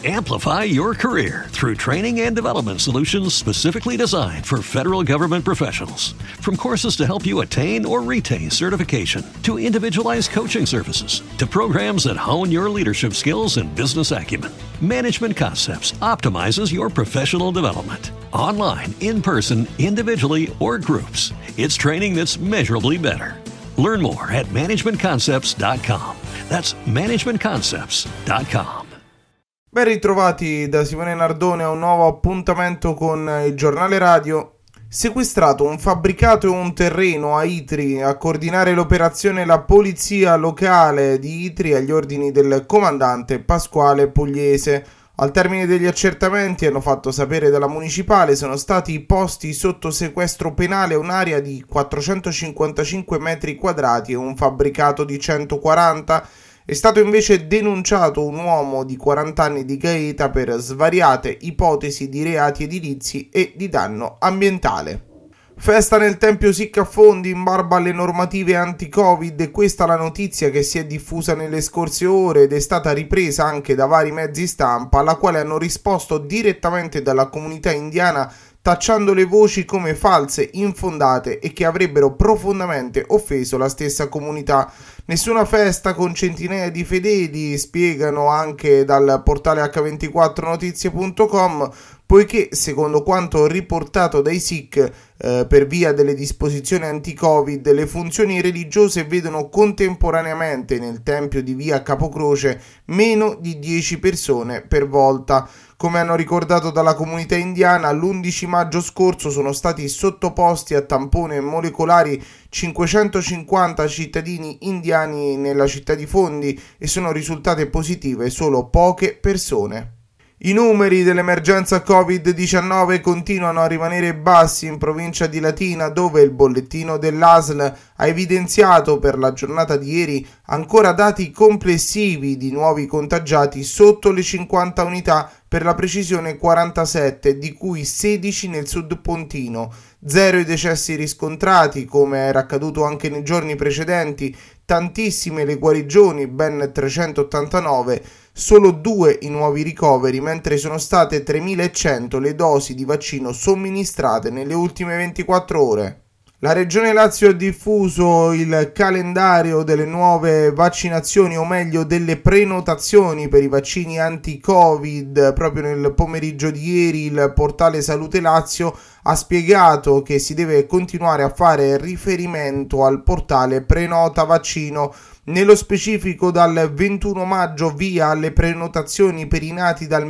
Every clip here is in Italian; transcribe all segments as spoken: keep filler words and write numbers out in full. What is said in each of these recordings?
Amplify your career through training and development solutions specifically designed for federal government professionals. From courses to help you attain or retain certification, to individualized coaching services, to programs that hone your leadership skills and business acumen, Management Concepts optimizes your professional development. Online, in person, individually, or groups, it's training that's measurably better. Learn more at management concepts dot com. That's management concepts dot com. Ben ritrovati da Simone Nardone a un nuovo appuntamento con il giornale radio. Sequestrato un fabbricato e un terreno a Itri, a coordinare l'operazione la polizia locale di Itri agli ordini del comandante Pasquale Pugliese. Al termine degli accertamenti, hanno fatto sapere dalla municipale, sono stati posti sotto sequestro penale un'area di quattrocentocinquantacinque metri quadrati e un fabbricato di centoquaranta. È stato invece denunciato un uomo di quaranta anni di Gaeta per svariate ipotesi di reati edilizi e di danno ambientale. Festa nel Tempio Siccafondi in barba alle normative anti-Covid, e questa è la notizia che si è diffusa nelle scorse ore ed è stata ripresa anche da vari mezzi stampa, alla quale hanno risposto direttamente dalla comunità indiana tacciando le voci come false, infondate e che avrebbero profondamente offeso la stessa comunità. Nessuna festa con centinaia di fedeli, spiegano anche dal portale acca ventiquattro notizie punto com, poiché, secondo quanto riportato dai Sikh, eh, per via delle disposizioni anti-Covid, le funzioni religiose vedono contemporaneamente nel tempio di via Capocroce meno di dieci persone per volta. Come hanno ricordato dalla comunità indiana, l'undici maggio scorso sono stati sottoposti a tampone molecolari cinquecentocinquanta cittadini indiani nella città di Fondi e sono risultate positive solo poche persone. I numeri dell'emergenza covid diciannove continuano a rimanere bassi in provincia di Latina, dove il bollettino dell'A S L ha evidenziato per la giornata di ieri ancora dati complessivi di nuovi contagiati sotto le cinquanta unità, per la precisione quarantasette, di cui sedici nel sud pontino. Zero i decessi riscontrati, come era accaduto anche nei giorni precedenti, tantissime le guarigioni, ben trecentottantanove, solo due i nuovi ricoveri, mentre sono state tremilacento le dosi di vaccino somministrate nelle ultime ventiquattro ore. La Regione Lazio ha diffuso il calendario delle nuove vaccinazioni, o meglio delle prenotazioni per i vaccini anti-Covid. Proprio nel pomeriggio di ieri il portale Salute Lazio ha spiegato che si deve continuare a fare riferimento al portale Prenota Vaccino. Nello specifico, dal ventuno maggio via alle prenotazioni per i nati dal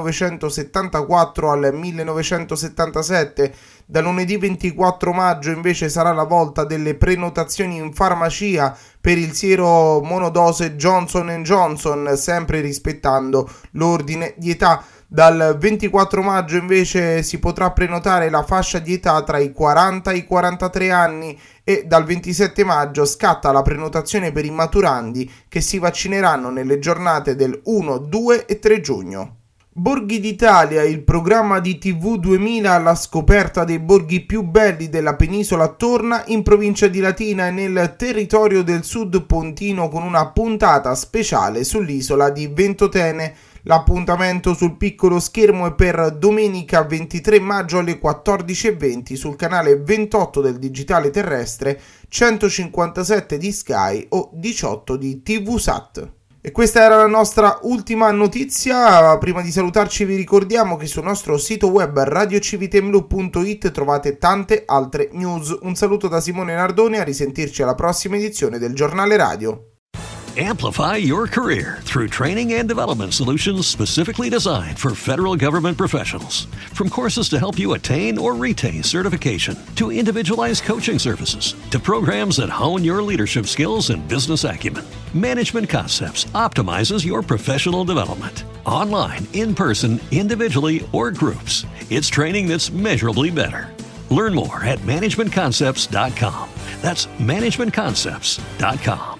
millenovecentosettantaquattro al millenovecentosettantasette. Da lunedì ventiquattro maggio invece sarà la volta delle prenotazioni in farmacia per il siero monodose Johnson and Johnson, sempre rispettando l'ordine di età. Dal ventiquattro maggio invece si potrà prenotare la fascia di età tra i quaranta e i quarantatré anni, e dal ventisette maggio scatta la prenotazione per i maturandi che si vaccineranno nelle giornate del uno, due e tre giugno. Borghi d'Italia, il programma di tivù duemila alla scoperta dei borghi più belli della penisola, torna in provincia di Latina e nel territorio del sud pontino con una puntata speciale sull'isola di Ventotene. L'appuntamento sul piccolo schermo è per domenica ventitré maggio alle quattordici e venti sul canale ventotto del digitale terrestre, centocinquantasette di Sky o diciotto di TVSat. E questa era la nostra ultima notizia. Prima di salutarci vi ricordiamo che sul nostro sito web radio civitemlu punto it trovate tante altre news. Un saluto da Simone Nardone, a risentirci alla prossima edizione del giornale radio. Amplify your career through training and development solutions specifically designed for federal government professionals. From courses to help you attain or retain certification, to individualized coaching services, to programs that hone your leadership skills and business acumen, Management Concepts optimizes your professional development. Online, in person, individually, or groups, it's training that's measurably better. Learn more at management concepts dot com. That's management concepts dot com.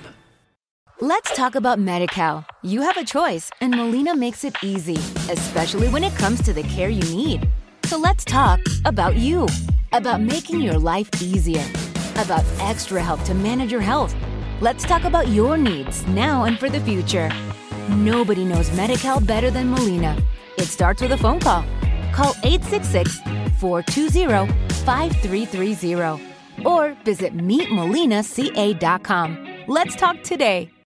Let's talk about Medi-Cal. You have a choice, and Molina makes it easy, especially when it comes to the care you need. So let's talk about you, about making your life easier, about extra help to manage your health. Let's talk about your needs now and for the future. Nobody knows Medi-Cal better than Molina. It starts with a phone call. Call eight six six, four two zero, five three three zero or visit meet molina c a dot com. Let's talk today.